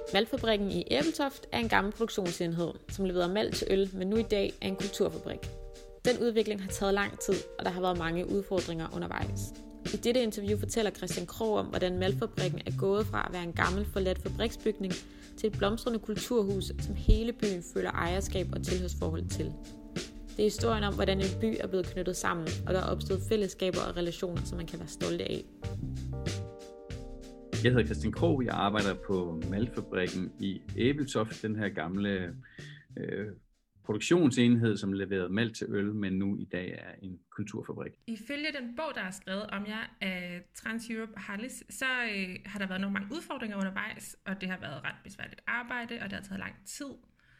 Maltfabrikken i Ebeltoft er en gammel produktionsenhed, som leverede malt til øl, men nu i dag er en kulturfabrik. Den udvikling har taget lang tid, og der har været mange udfordringer undervejs. I dette interview fortæller Christian Krogh om, hvordan Maltfabrikken er gået fra at være en gammel forladt fabriksbygning til et blomstrende kulturhus, som hele byen føler ejerskab og tilhørsforhold til. Det er historien om, hvordan en by er blevet knyttet sammen, og der er opstået fællesskaber og relationer, som man kan være stolte af. Jeg hedder Christian Krogh, jeg arbejder på Maltfabrikken i Ebeltoft, den her gamle produktionsenhed, som leverede malt til øl, men nu i dag er en kulturfabrik. Ifølge den bog, der er skrevet om jer af Trans-Europe Harlis, så har der været nogle mange udfordringer undervejs, og det har været ret besværligt arbejde, og det har taget lang tid.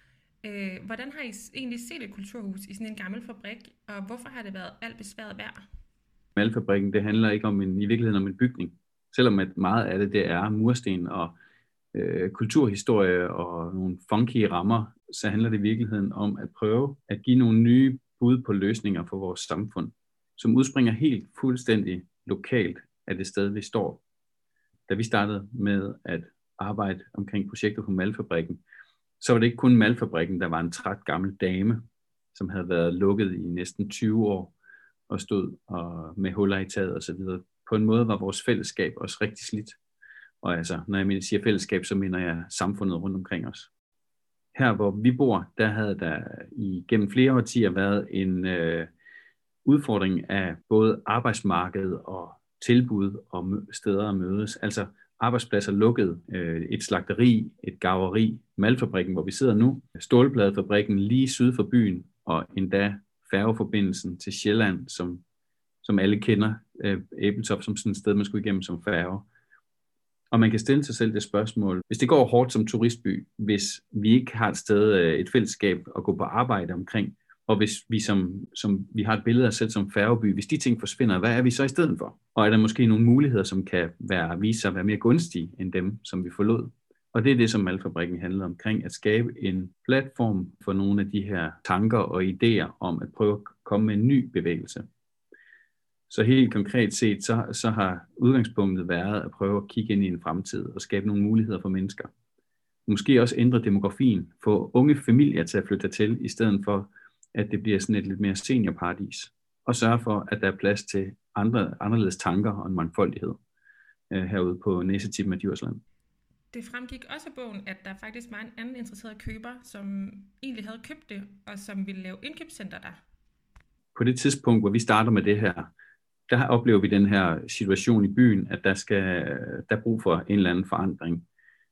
Hvordan har I egentlig set et kulturhus i sådan en gammel fabrik, og hvorfor har det været alt besværet værd? Maltfabrikken, det handler ikke i virkeligheden om en bygning. Selvom at meget af det er mursten og kulturhistorie og nogle funky rammer, så handler det i virkeligheden om at prøve at give nogle nye bud på løsninger for vores samfund, som udspringer helt fuldstændig lokalt af det sted, vi står. Da vi startede med at arbejde omkring projektet på Maltfabrikken, så var det ikke kun Maltfabrikken, der var en træt gammel dame, som havde været lukket i næsten 20 år og stod med huller i taget osv. På en måde var vores fællesskab også rigtig slidt. Og altså, når jeg siger fællesskab, så mener jeg samfundet rundt omkring os. Her hvor vi bor, der havde der gennem flere årtier været en udfordring af både arbejdsmarked og tilbud og steder at mødes. Altså arbejdspladser lukket, et slagteri, et garveri, Maltfabrikken, hvor vi sidder nu, stålpladefabrikken lige syd for byen, og endda færgeforbindelsen til Sjælland, som alle kender, Ebeltoft som sådan et sted, man skulle igennem som færge. Og man kan stille sig selv det spørgsmål, hvis det går hårdt som turistby, hvis vi ikke har et sted, et fællesskab at gå på arbejde omkring, og hvis vi som vi har et billede af os selv som færgeby, hvis de ting forsvinder, hvad er vi så i stedet for? Og er der måske nogle muligheder, som kan vise sig at være mere gunstige end dem, som vi forlod? Og det er det, som Maltfabrikken handler omkring, at skabe en platform for nogle af de her tanker og idéer om at prøve at komme med en ny bevægelse. Så helt konkret set, så har udgangspunktet været at prøve at kigge ind i en fremtid og skabe nogle muligheder for mennesker. Måske også ændre demografien, få unge familier til at flytte til, i stedet for, at det bliver sådan et lidt mere seniorparadis. Og sørge for, at der er plads til anderledes tanker og en mangfoldighed herude på næsetippen af Djursland. Det fremgik også af bogen, at der faktisk var en anden interesseret køber, som egentlig havde købt det, og som ville lave indkøbscenter der. På det tidspunkt, hvor vi starter med det her, der oplever vi den her situation i byen, at der er brug for en eller anden forandring.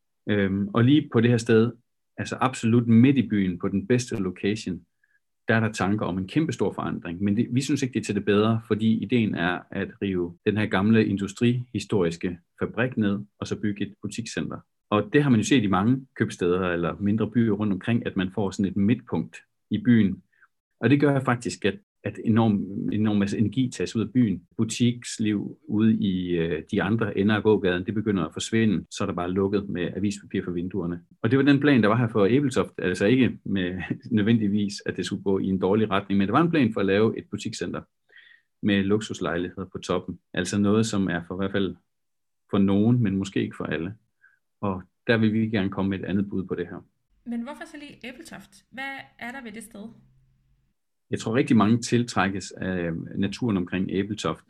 Og lige på det her sted, altså absolut midt i byen, på den bedste location, der er der tanker om en kæmpe stor forandring. Men vi synes ikke, det er til det bedre, fordi ideen er at rive den her gamle industrihistoriske fabrik ned, og så bygge et butikscenter. Og det har man jo set i mange købsteder eller mindre byer rundt omkring, at man får sådan et midtpunkt i byen. Og det gør faktisk, at enorm masse energi tages ud af byen. Butiksliv ude i de andre ender af gågaden, det begynder at forsvinde. Så er der bare lukket med avispapir for vinduerne. Og det var den plan, der var her for Ebeltoft. Altså ikke med nødvendigvis, at det skulle gå i en dårlig retning, men det var en plan for at lave et butikscenter med luksuslejligheder på toppen. Altså noget, som er for i hvert fald for nogen, men måske ikke for alle. Og der vil vi gerne komme med et andet bud på det her. Men hvorfor så lige Ebeltoft? Hvad er der ved det sted? Jeg tror rigtig mange tiltrækkes af naturen omkring Ebeltoft.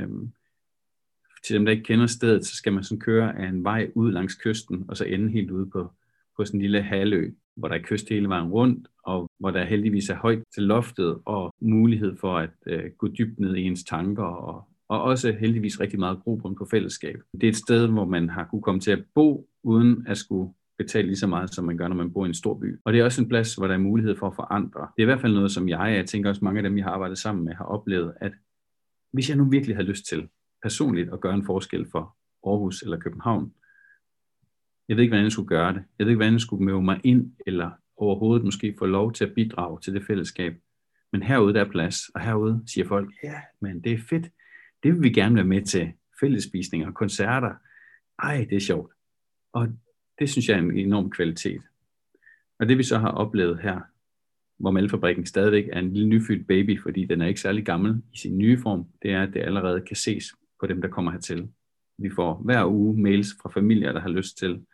Til dem, der ikke kender stedet, så skal man sådan køre af en vej ud langs kysten, og så ende helt ude på sådan en lille halvø, hvor der er kyst hele vejen rundt, og hvor der heldigvis er højt til loftet, og mulighed for at gå dybt ned i ens tanker, og også heldigvis rigtig meget grobund på fællesskab. Det er et sted, hvor man har kunne komme til at bo, uden at skulle betale lige så meget, som man gør, når man bor i en stor by. Og det er også en plads, hvor der er mulighed for at forandre. Det er i hvert fald noget, som jeg tænker også mange af dem, jeg har arbejdet sammen med, har oplevet, at hvis jeg nu virkelig har lyst til personligt at gøre en forskel for Aarhus eller København, jeg ved ikke, hvordan jeg skulle gøre det. Jeg ved ikke, hvordan jeg skulle møde mig ind, eller overhovedet måske få lov til at bidrage til det fællesskab. Men herude der er plads, og herude siger folk, ja, men det er fedt. Det vil vi gerne være med til. Fællesspisninger, koncerter. Ej, det er sjovt. Og det synes jeg er en enorm kvalitet. Og det vi så har oplevet her, hvor Maltfabrikken stadigvæk er en lille nyfødt baby, fordi den er ikke særlig gammel i sin nye form, det er, at det allerede kan ses på dem, der kommer hertil. Vi får hver uge mails fra familier, der har lyst til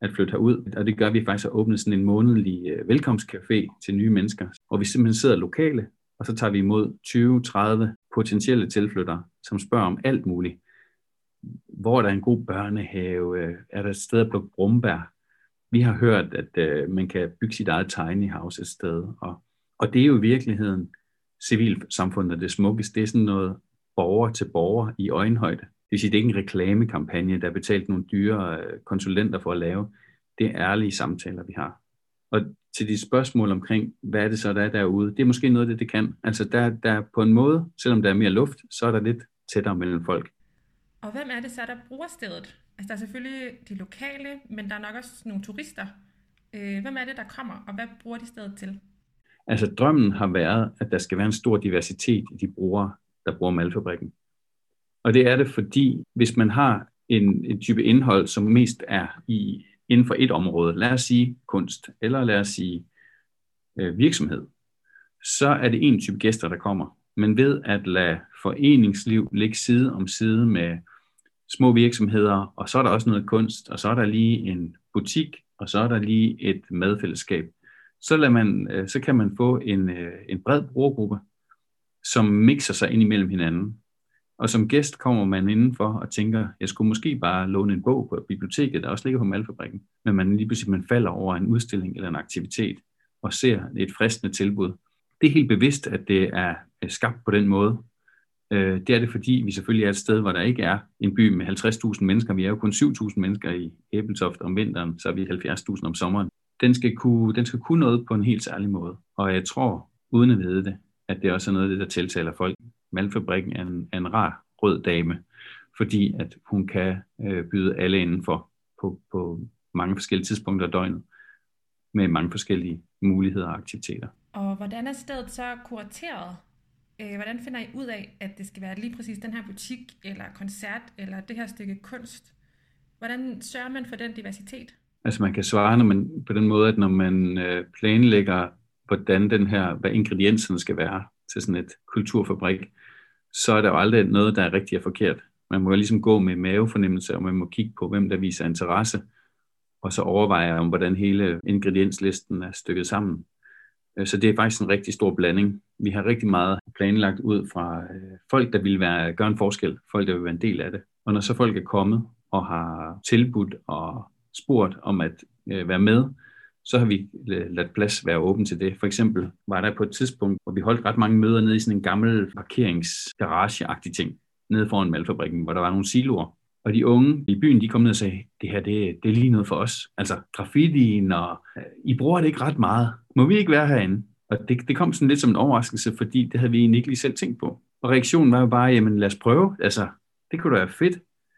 at flytte herud. Og det gør vi faktisk at åbne sådan en månedlig velkomstcafé til nye mennesker, hvor vi simpelthen sidder lokale, og så tager vi imod 20-30 potentielle tilflyttere, som spørger om alt muligt. Hvor er der en god børnehave? Er der et sted at plukke brumbær? Vi har hørt, at man kan bygge sit eget tiny house et sted. Og det er jo i virkeligheden civilsamfundet det smukkeste. Det er sådan noget borger til borger i øjenhøjde. Det vil sige, det er ikke en reklamekampagne, der er betalt nogle dyre konsulenter for at lave. Det er ærlige samtaler, vi har. Og til de spørgsmål omkring, hvad er det så, der er derude, det er måske noget af det kan. Altså der på en måde, selvom der er mere luft, så er der lidt tættere mellem folk. Og hvem er det så, der bruger stedet? Altså der er selvfølgelig de lokale, men der er nok også nogle turister. Hvem er det, der kommer, og hvad bruger de stedet til? Altså drømmen har været, at der skal være en stor diversitet i de brugere, der bruger Malfabrikken. Og det er det, fordi hvis man har en type indhold, som mest er inden for et område, lad os sige kunst, eller lad os sige virksomhed, så er det en type gæster, der kommer. Men ved at lade foreningsliv ligge side om side med små virksomheder, og så er der også noget kunst, og så er der lige en butik, og så er der lige et madfællesskab, så kan man få en bred brugergruppe, som mixer sig ind imellem hinanden. Og som gæst kommer man indenfor og tænker, jeg skulle måske bare låne en bog på biblioteket, der også ligger på Malfabrikken, men man lige pludselig falder over en udstilling eller en aktivitet og ser et fristende tilbud. Det er helt bevidst, at det er skabt på den måde. Det er det, fordi vi selvfølgelig er et sted, hvor der ikke er en by med 50.000 mennesker. Vi er jo kun 7.000 mennesker i Ebeltoft om vinteren, så er vi 70.000 om sommeren. Den skal kunne noget på en helt særlig måde. Og jeg tror, uden at vide det, at det også er noget af det, der tiltaler folk. Malfabrikken er en rar rød dame, fordi at hun kan byde alle indenfor på mange forskellige tidspunkter af døgnet, med mange forskellige muligheder og aktiviteter. Og hvordan er stedet så kurateret? Hvordan finder I ud af, at det skal være lige præcis den her butik, eller koncert, eller det her stykke kunst? Hvordan sørger man for den diversitet? Altså man kan svare på den måde, at når man planlægger, hvad ingredienserne skal være til sådan et kulturfabrik, så er der jo aldrig noget, der er rigtigt og forkert. Man må jo ligesom gå med mavefornemmelse, og man må kigge på, hvem der viser interesse, og så overveje om, hvordan hele ingredienslisten er stykket sammen. Så det er faktisk en rigtig stor blanding. Vi har rigtig meget planlagt ud fra folk, der vil gøre en forskel, folk, der vil være en del af det. Og når så folk er kommet og har tilbudt og spurgt om at være med, så har vi ladt plads være åben til det. For eksempel var der på et tidspunkt, hvor vi holdt ret mange møder nede i sådan en gammel parkeringsgarage-agtig ting, nede foran Malfabrikken, hvor der var nogle siloer. Og de unge i byen, de kom ned og sagde, det her, det er lige noget for os. Altså graffitien, og I bruger det ikke ret meget. Må vi ikke være herinde? Og det kom sådan lidt som en overraskelse, fordi det havde vi egentlig ikke lige selv tænkt på. Og reaktionen var jo bare, jamen lad os prøve. Altså, det kunne da være fedt.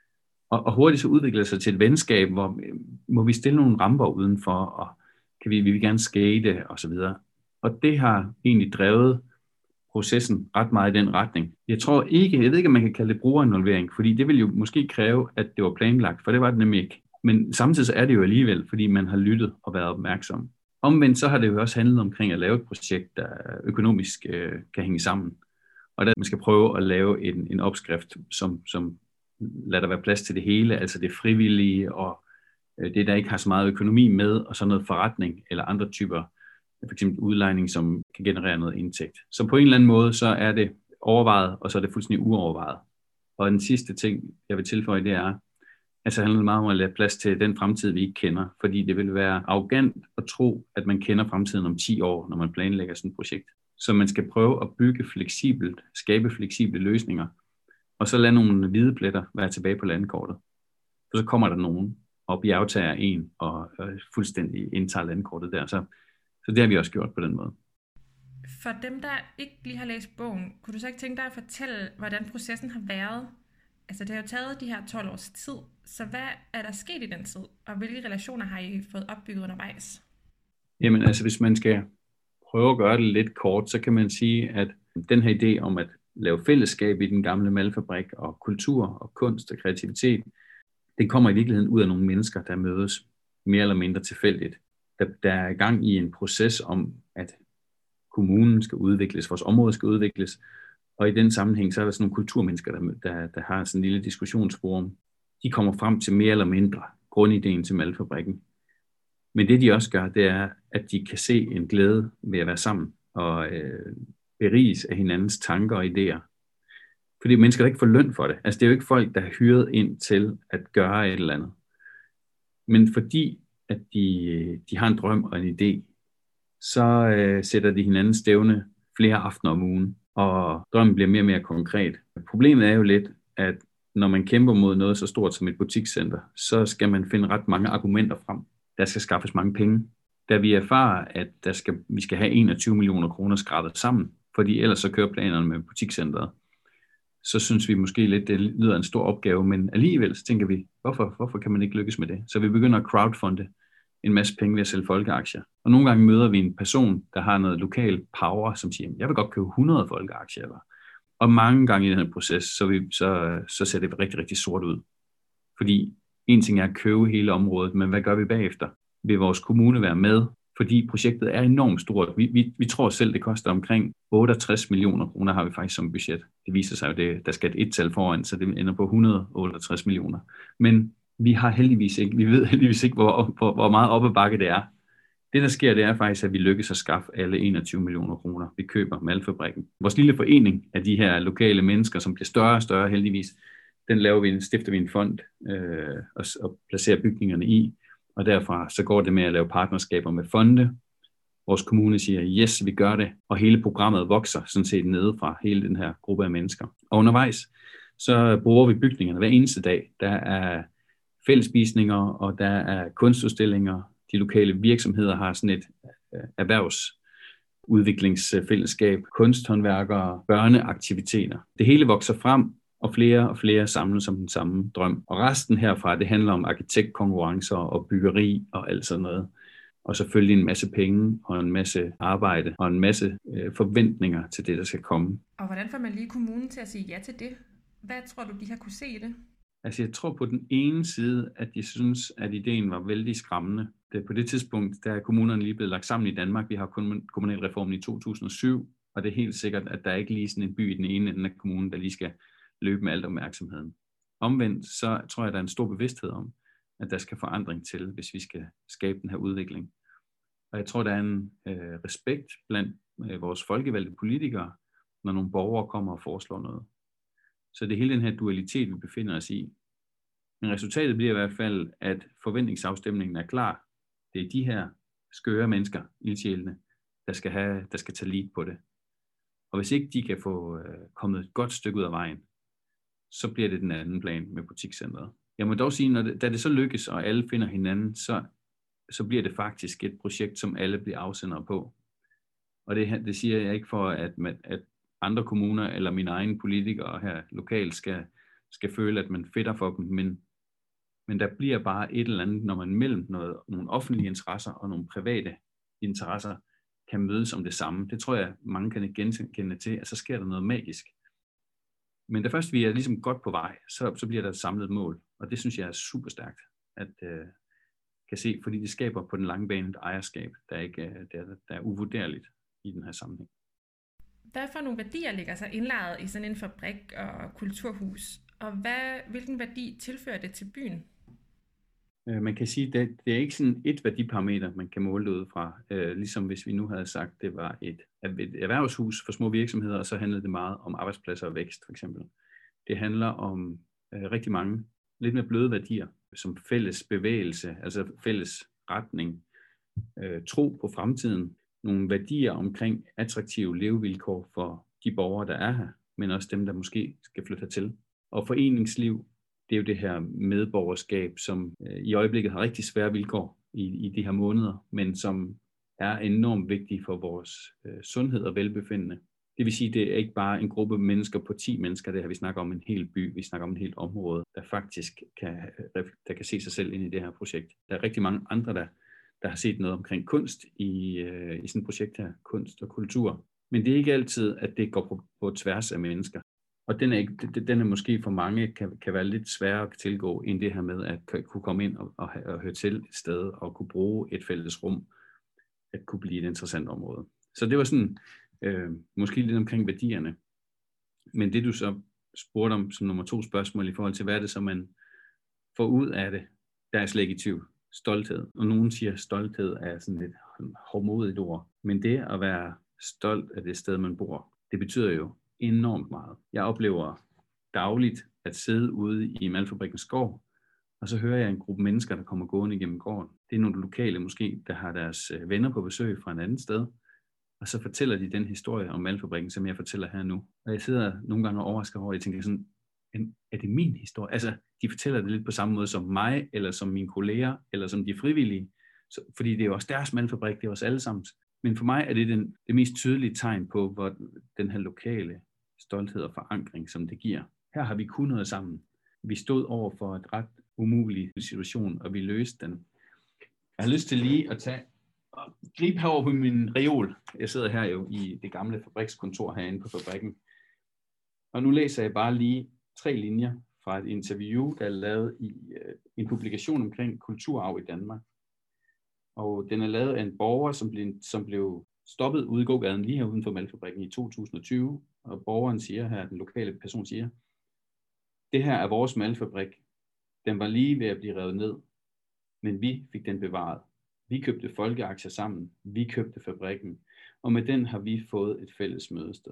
Og hurtigt så udviklede sig til et venskab, hvor må vi stille nogle ramper udenfor, og vi vil gerne skate og så videre. Og det har egentlig drevet processen ret meget i den retning. Jeg ved ikke, om man kan kalde det brugerinvolvering, fordi det vil jo måske kræve, at det var planlagt, for det var det nemlig ikke. Men samtidig så er det jo alligevel, fordi man har lyttet og været opmærksom. Omvendt så har det jo også handlet omkring at lave et projekt, der økonomisk kan hænge sammen. Og der man skal prøve at lave en opskrift, som lader der være plads til det hele, altså det frivillige og det, der ikke har så meget økonomi med, og så noget forretning eller andre typer, for eksempel udlejning, som kan generere noget indtægt. Så på en eller anden måde, så er det overvejet, og så er det fuldstændig uovervejet. Og den sidste ting, jeg vil tilføje, det er, altså handler meget om at lade plads til den fremtid, vi ikke kender, fordi det vil være arrogant at tro, at man kender fremtiden om 10 år, når man planlægger sådan et projekt. Så man skal prøve at bygge fleksibelt, skabe fleksible løsninger, og så lade nogle hvide pletter være tilbage på landkortet. Så kommer der nogen, og bjergtager en, og fuldstændig indtager landkortet der. Så det har vi også gjort på den måde. For dem, der ikke lige har læst bogen, kunne du så ikke tænke dig at fortælle, hvordan processen har været? Altså det har jo taget de her 12 års tid, så hvad er der sket i den tid, og hvilke relationer har I fået opbygget undervejs? Jamen altså, hvis man skal prøve at gøre det lidt kort, så kan man sige, at den her idé om at lave fællesskab i den gamle Malfabrik, og kultur og kunst og kreativitet, det kommer i virkeligheden ud af nogle mennesker, der mødes mere eller mindre tilfældigt. Der er i gang i en proces om, at kommunen skal udvikles, vores område skal udvikles, og i den sammenhæng, så er der sådan nogle kulturmennesker, der har sådan en lille diskussionsforum. De kommer frem til mere eller mindre grundideen til Malfabrikken. Men det de også gør, det er, at de kan se en glæde ved at være sammen og beriges af hinandens tanker og idéer. Fordi mennesker der ikke får løn for det. Altså det er jo ikke folk, der er hyret ind til at gøre et eller andet. Men fordi at de har en drøm og en idé, så sætter de hinanden stævne flere aftener om ugen, og drømmen bliver mere og mere konkret. Problemet er jo lidt, at når man kæmper mod noget så stort som et butikscenter, så skal man finde ret mange argumenter frem. Der skal skaffes mange penge. Da vi erfarer, at vi skal have 21 millioner kroner skrabet sammen, fordi ellers så kører planerne med butikscenteret, så synes vi måske lidt, det lyder en stor opgave, men alligevel så tænker vi, hvorfor kan man ikke lykkes med det? Så vi begynder at crowdfunde en masse penge ved at sælge folkeaktier. Og nogle gange møder vi en person, der har noget lokal power, som siger, jeg vil godt købe 100 folkeaktier. Og mange gange i den her proces, så ser det rigtig, rigtig sort ud. Fordi en ting er at købe hele området, men hvad gør vi bagefter? Vil vores kommune være med? Fordi projektet er enormt stort. Vi tror selv, det koster omkring 68 millioner kroner, har vi faktisk som budget. Det viser sig jo, der skal et tal foran, så det ender på 168 millioner. Men vi ved heldigvis ikke, hvor meget op ad bakke det er. Det, der sker, det er faktisk, at vi lykkes at skaffe alle 21 millioner kroner, vi køber Malfabrikken. Vores lille forening af de her lokale mennesker, som bliver større og større heldigvis, den stifter vi en fond og placerer bygningerne i. Og derfra så går det med at lave partnerskaber med fonde. Vores kommune siger, yes, vi gør det. Og hele programmet vokser sådan set nede fra hele den her gruppe af mennesker. Og undervejs, så bruger vi bygningerne hver eneste dag. Der er fællesspisninger, og der er kunstudstillinger. De lokale virksomheder har sådan et erhvervsudviklingsfællesskab, kunsthåndværkere, børneaktiviteter. Det hele vokser frem, og flere samles om den samme drøm. Og resten herfra, det handler om arkitektkonkurrencer og byggeri og alt sådan noget. Og selvfølgelig en masse penge og en masse arbejde og en masse forventninger til det, der skal komme. Og hvordan får man lige kommunen til at sige ja til det? Hvad tror du, de har kunne se i det? Altså jeg tror på den ene side, at de synes, at ideen var vældig skræmmende. På det tidspunkt, der er kommunerne lige blevet lagt sammen i Danmark. Vi har kommunalreformen i 2007, og det er helt sikkert, at der ikke lige sådan en by i den ene ende af kommunen, der lige skal løbe med alt opmærksomheden. Omvendt, så tror jeg, der er en stor bevidsthed om, at der skal forandring til, hvis vi skal skabe den her udvikling. Og jeg tror, der er en respekt blandt vores folkevalgte politikere, når nogle borgere kommer og foreslår noget. Så det er hele den her dualitet, vi befinder os i. Men resultatet bliver i hvert fald, at forventningsafstemningen er klar. Det er de her skøre mennesker, ildsjælene, der skal tage lead på det. Og hvis ikke de kan få kommet et godt stykke ud af vejen, så bliver det den anden plan med butikscenteret. Jeg må dog sige, da det så lykkes, og alle finder hinanden, så bliver det faktisk et projekt, som alle bliver afsendere på. Og det siger jeg ikke for, at andre kommuner eller mine egne politikere her lokalt skal føle, at man fedter for dem, men der bliver bare et eller andet, når man mellem nogle offentlige interesser og nogle private interesser kan mødes om det samme. Det tror jeg, mange kan genkende til, at så sker der noget magisk. Men da først vi er ligesom godt på vej, så bliver der et samlet mål, og det synes jeg er super stærkt at kan se, fordi det skaber på den lange bane et ejerskab, der er uvurderligt i den her sammenhæng. Hvad for nogle værdier ligger så indlejret i sådan en fabrik og kulturhus, og hvilken værdi tilfører det til byen? Man kan sige, at det er ikke sådan et værdiparameter, man kan måle det ud fra. Ligesom hvis vi nu havde sagt, at det var et erhvervshus for små virksomheder, og så handlede det meget om arbejdspladser og vækst, for eksempel. Det handler om rigtig mange lidt mere bløde værdier, som fælles bevægelse, altså fælles retning, tro på fremtiden, nogle værdier omkring attraktive levevilkår for de borgere, der er her, men også dem, der måske skal flytte hertil. Og foreningsliv, det er jo det her medborgerskab, som i øjeblikket har rigtig svære vilkår i de her måneder, men som er enormt vigtige for vores sundhed og velbefindende. Det vil sige, det er ikke bare en gruppe mennesker på 10 mennesker, det her vi snakker om en hel by, vi snakker om en helt område, der faktisk kan se sig selv ind i det her projekt. Der er rigtig mange andre, der har set noget omkring kunst i sådan et projekt her, kunst og kultur. Men det er ikke altid, at det går på tværs af mennesker. Og den er måske for mange kan være lidt sværere at tilgå, end det her med at kunne komme ind og høre til et sted, og kunne bruge et fælles rum, at kunne blive et interessant område. Så det var sådan, måske lidt omkring værdierne. Men det du så spurgte om som nummer 2 spørgsmål i forhold til, hvad er det så man får ud af det, der er slet ikke i tvivl. stolthed. Og nogen siger, at stolthed er sådan et hårdmodigt ord. Men det at være stolt af det sted, man bor, det betyder jo enormt meget. Jeg oplever dagligt at sidde ude i Malfabrikkens gård, og så hører jeg en gruppe mennesker, der kommer gående igennem gården. Det er nogle lokale måske, der har deres venner på besøg fra et andet sted, og så fortæller de den historie om Malfabrikken, som jeg fortæller her nu. Og jeg sidder nogle gange og overrasker over, jeg tænker sådan, er det min historie? Altså, de fortæller det lidt på samme måde som mig, eller som mine kolleger, eller som de frivillige. Fordi det er jo også deres Malfabrik, det er også allesammens. Men for mig er det det mest tydelige tegn på, hvor den her lokale stolthed og forankring, som det giver. Her har vi kun noget sammen. Vi stod over for et ret umulig situation, og vi løste den. Jeg har lyst til lige at gribe herover på min reol. Jeg sidder her jo i det gamle fabrikskontor herinde på fabrikken. Og nu læser jeg bare lige 3 linjer fra et interview, der er lavet i en publikation omkring kulturarv i Danmark. Og den er lavet af en borger, som blev stoppet ude i gågaden lige her uden for Malfabrikken i 2020. Og borgeren siger her, den lokale person siger, det her er vores Malfabrik. Den var lige ved at blive revet ned, men vi fik den bevaret. Vi købte folkeaktier sammen, vi købte fabrikken, og med den har vi fået et fælles mødested.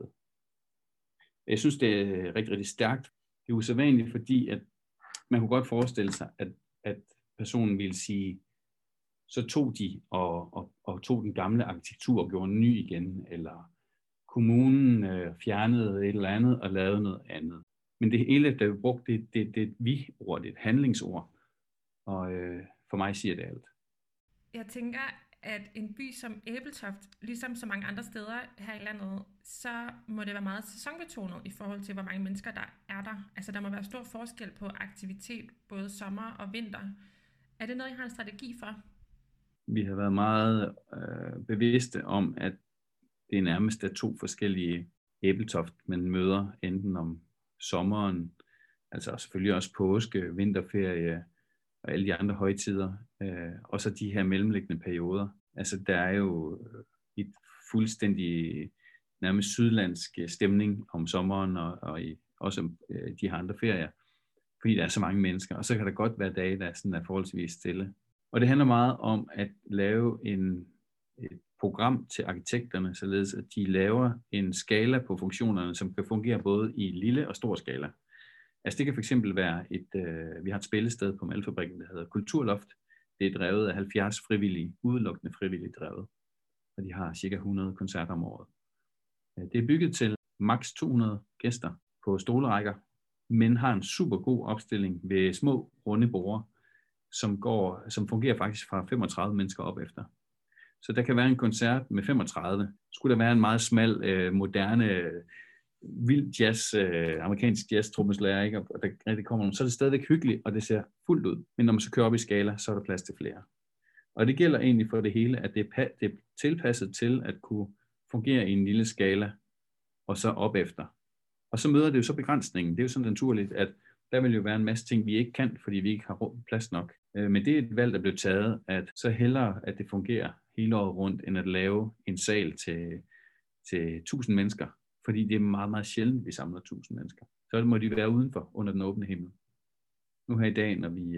Jeg synes, det er rigtig, rigtig stærkt. Det er usædvanligt, fordi at man kunne godt forestille sig, at personen ville sige, så tog de og tog den gamle arkitektur og gjorde en ny igen, eller kommunen fjernede et eller andet og lavede noget andet. Men det hele, der er brugt, det er et vi-ord, det er et handlingsord, og for mig siger det alt. Jeg tænker, at en by som Ebeltoft, ligesom så mange andre steder her i landet, så må det være meget sæsonbetonet i forhold til, hvor mange mennesker der er der. Altså der må være stor forskel på aktivitet, både sommer og vinter. Er det noget, I har en strategi for? Vi har været meget bevidste om, at det nærmest er 2 forskellige Ebeltoft, man møder enten om sommeren, altså selvfølgelig også påske, vinterferie og alle de andre højtider, og så de her mellemliggende perioder. Altså der er jo et fuldstændig nærmest sydlandsk stemning om sommeren og også de her andre ferier, fordi der er så mange mennesker, og så kan der godt være dage, der er forholdsvis stille. Og det handler meget om at lave et program til arkitekterne, således at de laver en skala på funktionerne, som kan fungere både i lille og stor skala. Altså det kan fx være vi har et spillested på Malfabrikken, der hedder Kulturloft. Det er drevet af 70 frivillige, udelukkende frivilligt drevet. Og de har cirka 100 koncerter om året. Det er bygget til maks 200 gæster på stolerækker, men har en super god opstilling ved små runde borde, som fungerer faktisk fra 35 mennesker op efter. Så der kan være en koncert med 35. Skulle der være en meget smal, moderne, vild jazz, amerikansk jazz trommeslager, ikke? Og der rigtig kommer nogen, så er det stadigvæk hyggeligt, og det ser fuldt ud. Men når man så kører op i skala, så er der plads til flere. Og det gælder egentlig for det hele, at det er tilpasset til at kunne fungere i en lille skala, og så op efter. Og så møder det jo så begrænsningen. Det er jo sådan naturligt, at der vil jo være en masse ting, vi ikke kan, fordi vi ikke har plads nok. Men det er et valg, der blev taget, at så hellere, at det fungerer hele året rundt, end at lave en sal til 1000 mennesker. Fordi det er meget, meget sjældent, vi samler 1000 mennesker. Så må de være udenfor, under den åbne himmel. Nu her i dag,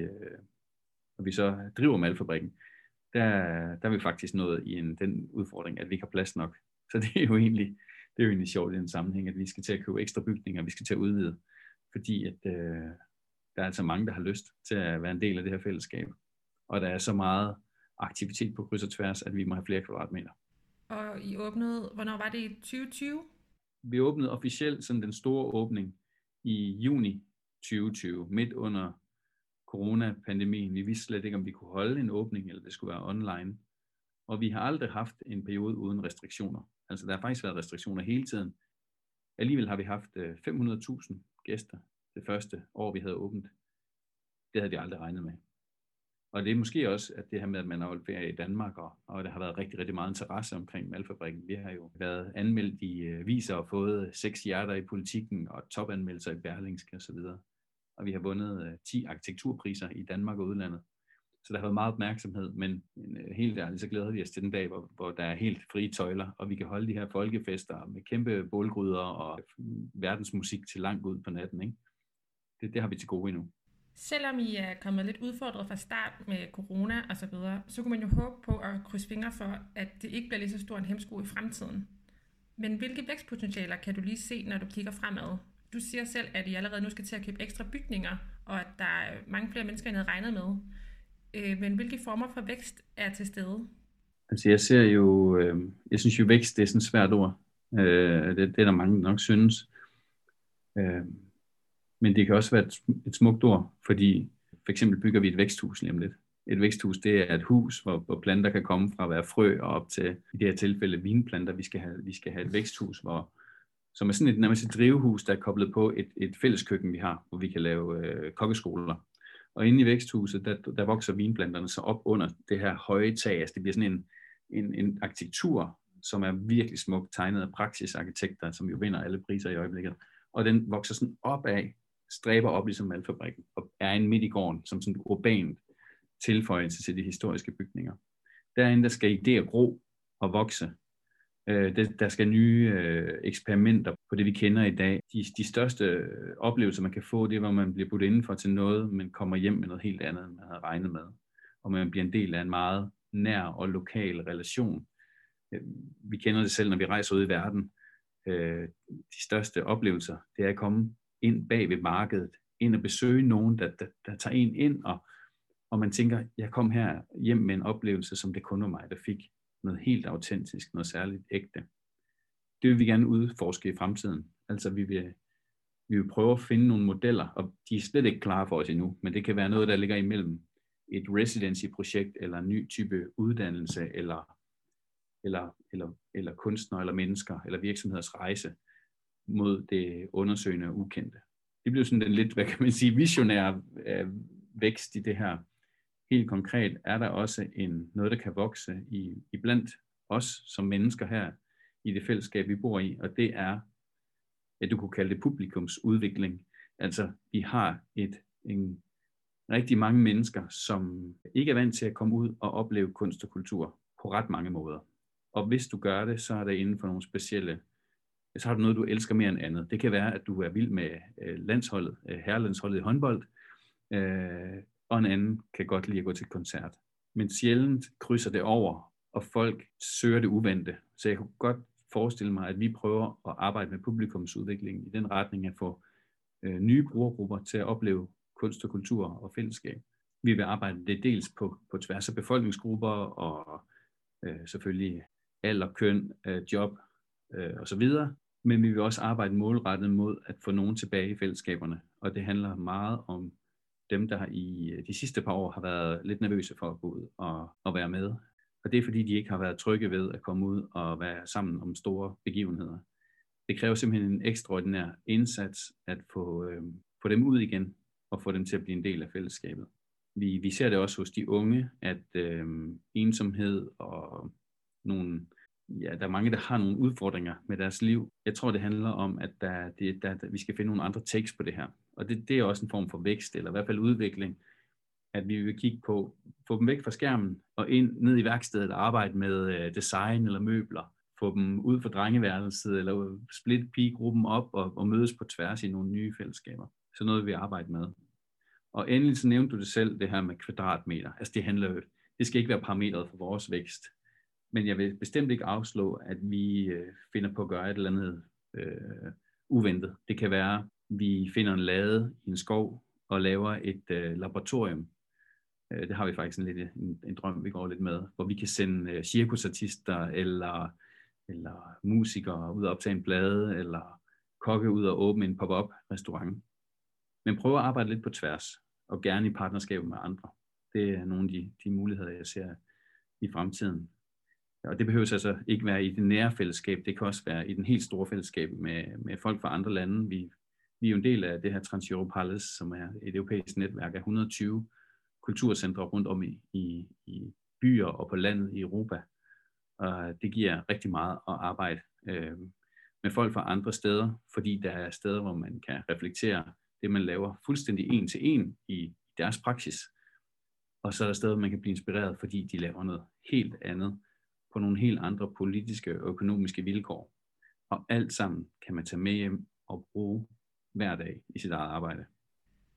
når vi så driver Malfabrikken, der er vi faktisk nået i den udfordring, at vi ikke har plads nok. Så det er jo egentlig sjovt i den sammenhæng, at vi skal til at købe ekstra bygninger, vi skal til at udvide. Fordi at der er altså mange, der har lyst til at være en del af det her fællesskab. Og der er så meget aktivitet på kryds og tværs, at vi må have flere kvadratmeter. Og I åbnede, hvornår var det i 2020? Vi åbnede officielt sådan den store åbning i juni 2020, midt under coronapandemien. Vi vidste slet ikke, om vi kunne holde en åbning, eller det skulle være online. Og vi har aldrig haft en periode uden restriktioner. Altså der har faktisk været restriktioner hele tiden. Alligevel har vi haft 500.000 gæster det første år, vi havde åbent. Det havde de aldrig regnet med. Og det er måske også at det her med, at man har holdt ferie i Danmark, og der har været rigtig, rigtig meget interesse omkring Malfabrikken. Vi har jo været anmeldt i aviser og fået 6 hjerter i Politikken og topanmeldelser i Berlingske osv. Og vi har vundet 10 arkitekturpriser i Danmark og udlandet. Så der har været meget opmærksomhed, men helt ærligt, så glæder vi os til den dag, hvor der er helt frie tøjler, og vi kan holde de her folkefester med kæmpe bålgryder og verdensmusik til langt ud på natten. Ikke? Det har vi til gode endnu. Selvom I er kommet lidt udfordret fra start med corona og så videre, så kunne man jo håbe på at krydse fingre for, at det ikke bliver lige så stor en hemsko i fremtiden. Men hvilke vækstpotentialer kan du lige se, når du kigger fremad? Du siger selv, at I allerede nu skal til at købe ekstra bygninger, og at der er mange flere mennesker, end I havde regnet med. Men hvilke former for vækst er til stede? Altså jeg synes jo vækst, det er sådan et svært ord. Det er der mange, der nok synes. Men det kan også være et smukt ord, fordi for eksempel bygger vi et væksthus lige om lidt. Et væksthus, det er et hus, hvor planter kan komme fra at være frø og op til, i det her tilfælde, vinplanter. Vi skal have et væksthus, som er sådan nærmest et drivhus, der er koblet på et fælleskøkken, vi har, hvor vi kan lave kokkeskoler. Og inde i væksthuset, der vokser vinplanterne så op under det her høje tag. Altså det bliver sådan en arkitektur, som er virkelig smukt tegnet af praksisarkitekter, som jo vinder alle priser i øjeblikket. Og den vokser sådan opad, stræber op ligesom malfabrikken, og er inde midt i gården, som sådan en urban tilføjelse til de historiske bygninger. Derinde, der skal idéer gro og vokse. Der skal nye eksperimenter på det, vi kender i dag. De største oplevelser, man kan få, det er, hvor man bliver budt indenfor til noget, men kommer hjem med noget helt andet, end man havde regnet med. Og man bliver en del af en meget nær og lokal relation. Vi kender det selv, når vi rejser ud i verden. De største oplevelser, det er at komme ind bag ved markedet, ind og besøge nogen, der tager en ind, og man tænker, jeg kom her hjem med en oplevelse, som det kun var mig, der fik noget helt autentisk, noget særligt ægte. Det vil vi gerne udforske i fremtiden. Altså vi vil prøve at finde nogle modeller, og de er slet ikke klare for os endnu, men det kan være noget, der ligger imellem et residency-projekt, eller en ny type uddannelse, eller kunstnere, eller mennesker, eller virksomheders rejse mod det undersøgende og ukendte. Det bliver sådan den lidt, hvad kan man sige, visionære vækst i det her. Helt konkret er der også noget, der kan vokse i blandt os som mennesker her i det fællesskab, vi bor i, og det er, at du kunne kalde det publikumsudvikling. Altså, vi har en rigtig mange mennesker, som ikke er vant til at komme ud og opleve kunst og kultur på ret mange måder. Og hvis du gør det, så er det inden for nogle specielle, så har du noget, du elsker mere end andet. Det kan være, at du er vild med landsholdet, herrelandsholdet i håndbold, og en anden kan godt lide at gå til koncert. Men sjældent krydser det over, og folk søger det uventede. Så jeg kunne godt forestille mig, at vi prøver at arbejde med publikumsudviklingen i den retning at få nye brugergrupper til at opleve kunst og kultur og fællesskab. Vi vil arbejde det dels på tværs af befolkningsgrupper og selvfølgelig alder, køn, job osv., men vi vil også arbejde målrettet mod at få nogen tilbage i fællesskaberne, og det handler meget om dem, der i de sidste par år har været lidt nervøse for at gå ud og være med. Og det er fordi, de ikke har været trygge ved at komme ud og være sammen om store begivenheder. Det kræver simpelthen en ekstraordinær indsats at få dem ud igen og få dem til at blive en del af fællesskabet. Vi ser det også hos de unge, at ensomhed og der er mange, der har nogle udfordringer med deres liv. Jeg tror, det handler om, at vi skal finde nogle andre takes på det her. Og det er også en form for vækst, eller i hvert fald udvikling, at vi vil kigge på, få dem væk fra skærmen og ned i værkstedet og arbejde med design eller møbler. Få dem ud fra drengeværelset eller splitte pigegruppen op og mødes på tværs i nogle nye fællesskaber. Så noget vi arbejder med. Og endelig så nævnte du det selv, det her med kvadratmeter. Altså det skal ikke være parametret for vores vækst. Men jeg vil bestemt ikke afslå, at vi finder på at gøre et eller andet uventet. Det kan være, at vi finder en lade i en skov og laver et laboratorium. Det har vi faktisk en drøm, vi går lidt med, hvor vi kan sende cirkusartister eller musikere ud og optage en plade, eller kokke ud og åbne en pop-up restaurant. Men prøv at arbejde lidt på tværs, og gerne i partnerskab med andre. Det er nogle af de muligheder, jeg ser i fremtiden. Og det behøver altså ikke være i det nære fællesskab, det kan også være i den helt store fællesskab med folk fra andre lande. Vi er jo en del af det her Trans Europe Palace, som er et europæisk netværk af 120 kulturcentre rundt om i byer og på landet i Europa. Og det giver rigtig meget at arbejde med folk fra andre steder, fordi der er steder, hvor man kan reflektere det, man laver fuldstændig en til en i deres praksis. Og så er der steder, hvor man kan blive inspireret, fordi de laver noget helt andet på nogle helt andre politiske og økonomiske vilkår. Og alt sammen kan man tage med hjem og bruge hver dag i sit eget arbejde.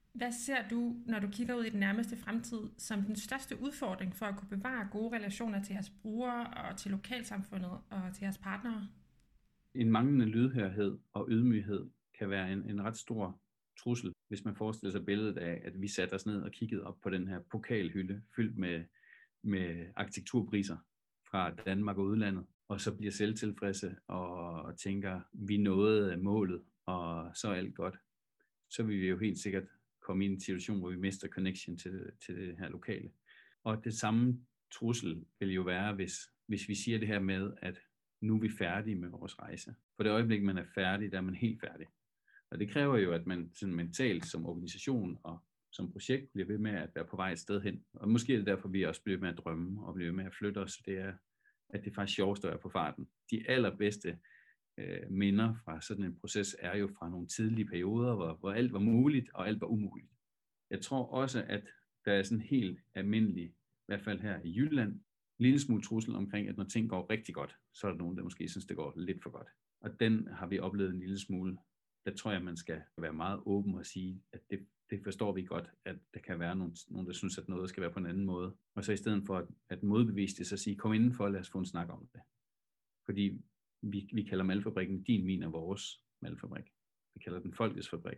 Hvad ser du, når du kigger ud i den nærmeste fremtid, som den største udfordring for at kunne bevare gode relationer til jeres brugere og til lokalsamfundet og til jeres partnere? En manglende lydhørhed og ydmyghed kan være en ret stor trussel, hvis man forestiller sig billedet af, at vi satte os ned og kiggede op på den her pokalhylde, fyldt med arkitekturpriser fra Danmark og udlandet, og så bliver selvtilfredse og tænker, vi nåede målet, og så er alt godt. Så vil vi jo helt sikkert komme i en situation, hvor vi mister connection til det her lokale. Og det samme trussel vil jo være, hvis vi siger det her med, at nu er vi færdige med vores rejse. For det øjeblik, man er færdig, der er man helt færdig. Og det kræver jo, at man sådan mentalt som organisation og som projekt bliver ved med at være på vej et sted hen. Og måske er det derfor, vi også bliver med at drømme og bliver med at flytte os. Det er, at det er faktisk sjovest at være på farten. De allerbedste minder fra sådan en proces er jo fra nogle tidlige perioder, hvor alt var muligt og alt var umuligt. Jeg tror også, at der er sådan helt almindelig, i hvert fald her i Jylland, en lille smule trussel omkring, at når ting går rigtig godt, så er der nogen, der måske synes, det går lidt for godt. Og den har vi oplevet en lille smule. Der tror jeg, man skal være meget åben og sige, at det forstår vi godt, at der kan være nogen, der synes, at noget skal være på en anden måde. Og så i stedet for at modbevise det, så sige, kom indenfor og lad os få en snak om det. Fordi vi kalder malfabrikken din, min og vores malfabrik. Vi kalder den folkets fabrik.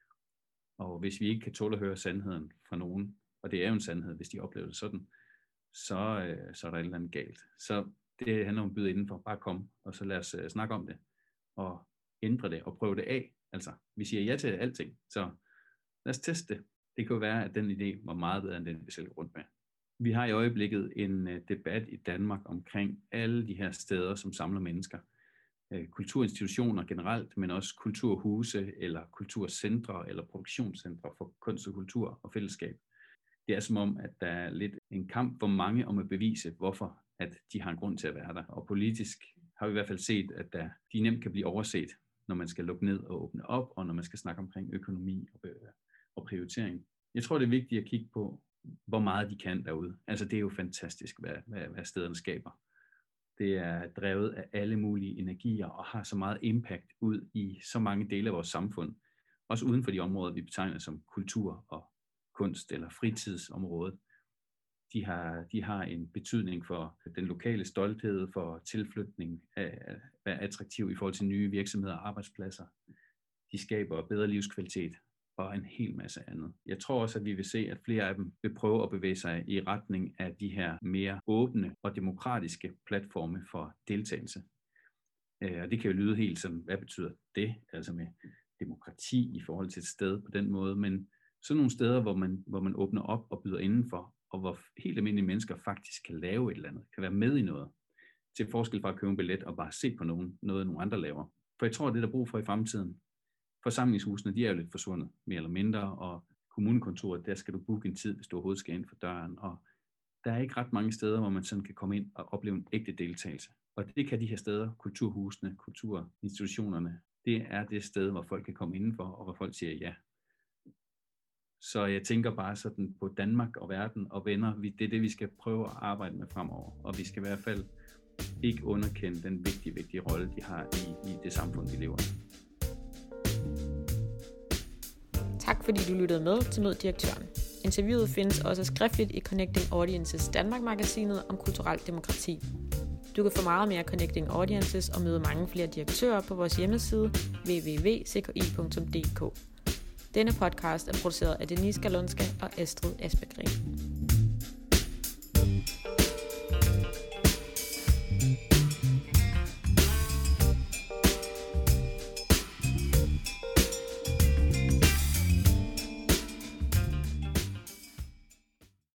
Og hvis vi ikke kan tåle at høre sandheden fra nogen, og det er jo en sandhed, hvis de oplever det sådan, så er der et eller andet galt. Så det handler om at byde indenfor. Bare kom, og så lad os snakke om det, og ændre det, og prøve det af. Altså, vi siger ja til alting, så lad os teste det. Det kan jo være, at den idé var meget bedre, end den vi selv går rundt med. Vi har i øjeblikket en debat i Danmark omkring alle de her steder, som samler mennesker. Kulturinstitutioner generelt, men også kulturhuse, eller kulturcentre, eller produktionscentre for kunst og kultur og fællesskab. Det er som om, at der er lidt en kamp for mange om at bevise, hvorfor at de har en grund til at være der. Og politisk har vi i hvert fald set, at de nemt kan blive overset, når man skal lukke ned og åbne op, og når man skal snakke omkring økonomi og prioritering. Jeg tror, det er vigtigt at kigge på, hvor meget de kan derude. Altså det er jo fantastisk, hvad stederne skaber. Det er drevet af alle mulige energier og har så meget impact ud i så mange dele af vores samfund. Også uden for de områder, vi betegner som kultur og kunst eller fritidsområdet. De har en betydning for den lokale stolthed, for tilflytning, at være attraktiv i forhold til nye virksomheder og arbejdspladser. De skaber bedre livskvalitet og en hel masse andet. Jeg tror også, at vi vil se, at flere af dem vil prøve at bevæge sig i retning af de her mere åbne og demokratiske platforme for deltagelse. Og det kan jo lyde helt sådan, hvad betyder det? Altså med demokrati i forhold til et sted på den måde, men sådan nogle steder, hvor man åbner op og byder indenfor, og hvor helt almindelige mennesker faktisk kan lave et eller andet, kan være med i noget, til forskel fra at købe en billet og bare se på noget nogle andre laver. For jeg tror, det der er brug for i fremtiden. Forsamlingshusene, de er jo lidt forsvundet, mere eller mindre, og kommunekontoret, der skal du booke en tid, hvis du overhovedet skal ind for døren, og der er ikke ret mange steder, hvor man sådan kan komme ind og opleve en ægte deltagelse. Og det kan de her steder, kulturhusene, kulturinstitutionerne, det er det sted, hvor folk kan komme indenfor, og hvor folk siger ja. Så jeg tænker bare sådan på Danmark og verden og venner, det er det, vi skal prøve at arbejde med fremover. Og vi skal i hvert fald ikke underkende den vigtige rolle, de har i det samfund, vi lever i. Tak fordi du lyttede med til Mød Direktøren. Interviewet findes også skriftligt i Connecting Audiences Danmark-magasinet om kulturelt demokrati. Du kan få meget mere Connecting Audiences og møde mange flere direktører på vores hjemmeside www.cki.dk. Denne podcast er produceret af Denise Galunska og Astrid Asbegren.